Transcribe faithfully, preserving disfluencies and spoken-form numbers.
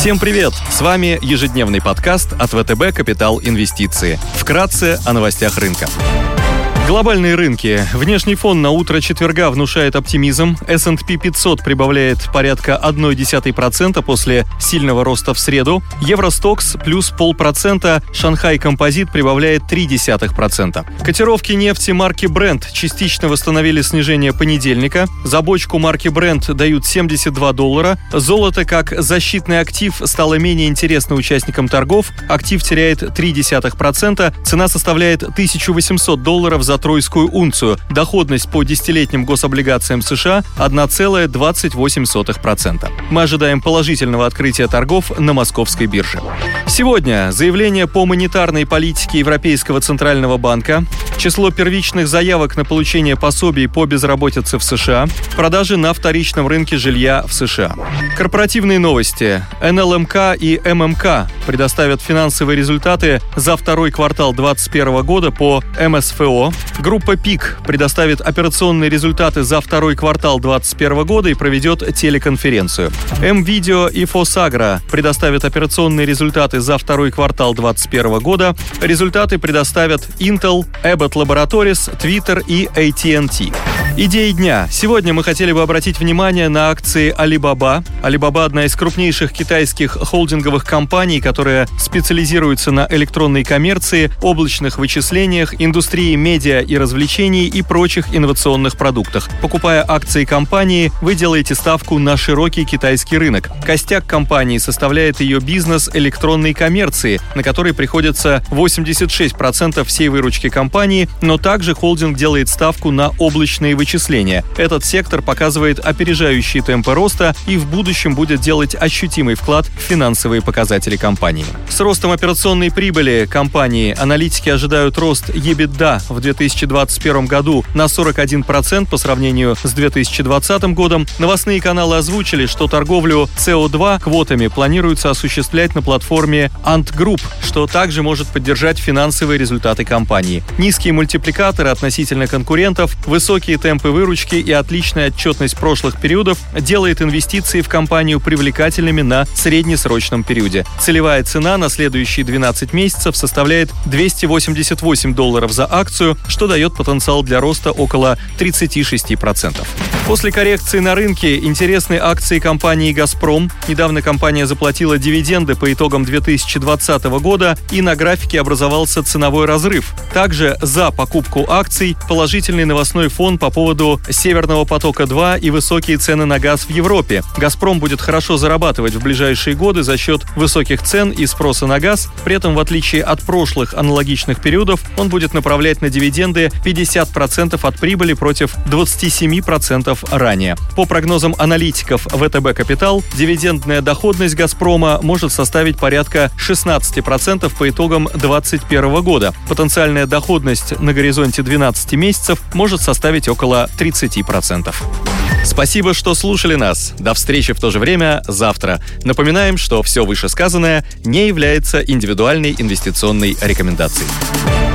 Всем привет! С вами ежедневный подкаст от ВТБ «Капитал Инвестиции». Вкратце о новостях рынка. Глобальные рынки. Внешний фон на утро четверга внушает оптимизм. эс энд пи пятьсот прибавляет порядка ноль целых одна десятая процента после сильного роста в среду. Евростокс плюс полпроцента. Шанхай Композит прибавляет ноль целых три десятых процента. Котировки нефти марки Brent частично восстановили снижение понедельника. За бочку марки Brent дают семьдесят два доллара. Золото как защитный актив стало менее интересно участникам торгов. Актив теряет ноль целых три десятых процента. Цена составляет тысячу восемьсот долларов за тройскую унцию. Доходность по десятилетним гособлигациям США одна целая двадцать восемь сотых процента. Мы ожидаем положительного открытия торгов на московской бирже. Сегодня заявление по монетарной политике Европейского центрального банка, число первичных заявок на получение пособий по безработице в США, продажи на вторичном рынке жилья в США. Корпоративные новости. эн эл эм ка и эм эм ка предоставят финансовые результаты за второй квартал две тысячи двадцать первого года по эм эс эф о. Группа ПИК предоставит операционные результаты за второй квартал две тысячи двадцать первого года и проведет телеконференцию. М-Видео и Фосагро предоставят операционные результаты за второй квартал две тысячи двадцать первого года. Результаты предоставят Intel, Abbott Laboratories, Twitter и эй ти энд ти. Идеи дня. Сегодня мы хотели бы обратить внимание на акции Alibaba. Alibaba – одна из крупнейших китайских холдинговых компаний, которая специализируется на электронной коммерции, облачных вычислениях, индустрии медиа и развлечений и прочих инновационных продуктах. Покупая акции компании, вы делаете ставку на широкий китайский рынок. Костяк компании составляет ее бизнес электронной коммерции, на который приходится восемьдесят шесть процентов всей выручки компании, но также холдинг делает ставку на облачные вычисления. Вычисления. Этот сектор показывает опережающие темпы роста и в будущем будет делать ощутимый вклад в финансовые показатели компании. С ростом операционной прибыли компании аналитики ожидают рост EBITDA в две тысячи двадцать первом году на сорок один процент по сравнению с две тысячи двадцатым годом. Новостные каналы озвучили, что торговлю си о два квотами планируется осуществлять на платформе Ant Group, что также может поддержать финансовые результаты компании. Низкие мультипликаторы относительно конкурентов, высокие темпы Темпы выручки и отличная отчетность прошлых периодов делает инвестиции в компанию привлекательными на среднесрочном периоде. Целевая цена на следующие двенадцать месяцев составляет двести восемьдесят восемь долларов за акцию, что дает потенциал для роста около тридцать шесть процентов. После коррекции на рынке интересны акции компании «Газпром». Недавно компания заплатила дивиденды по итогам две тысячи двадцатого года, и на графике образовался ценовой разрыв. Также за покупку акций положительный новостной фон по поводу «Северного потока-два» и высокие цены на газ в Европе. «Газпром» будет хорошо зарабатывать в ближайшие годы за счет высоких цен и спроса на газ. При этом, в отличие от прошлых аналогичных периодов, он будет направлять на дивиденды пятьдесят процентов от прибыли против двадцать семь процентов ранее. По прогнозам аналитиков ВТБ Капитал, дивидендная доходность «Газпрома» может составить порядка шестнадцать процентов по итогам две тысячи двадцать первого года. Потенциальная доходность на горизонте двенадцати месяцев может составить около тридцати процентов. Спасибо, что слушали нас. До встречи в то же время завтра. Напоминаем, что все вышесказанное не является индивидуальной инвестиционной рекомендацией.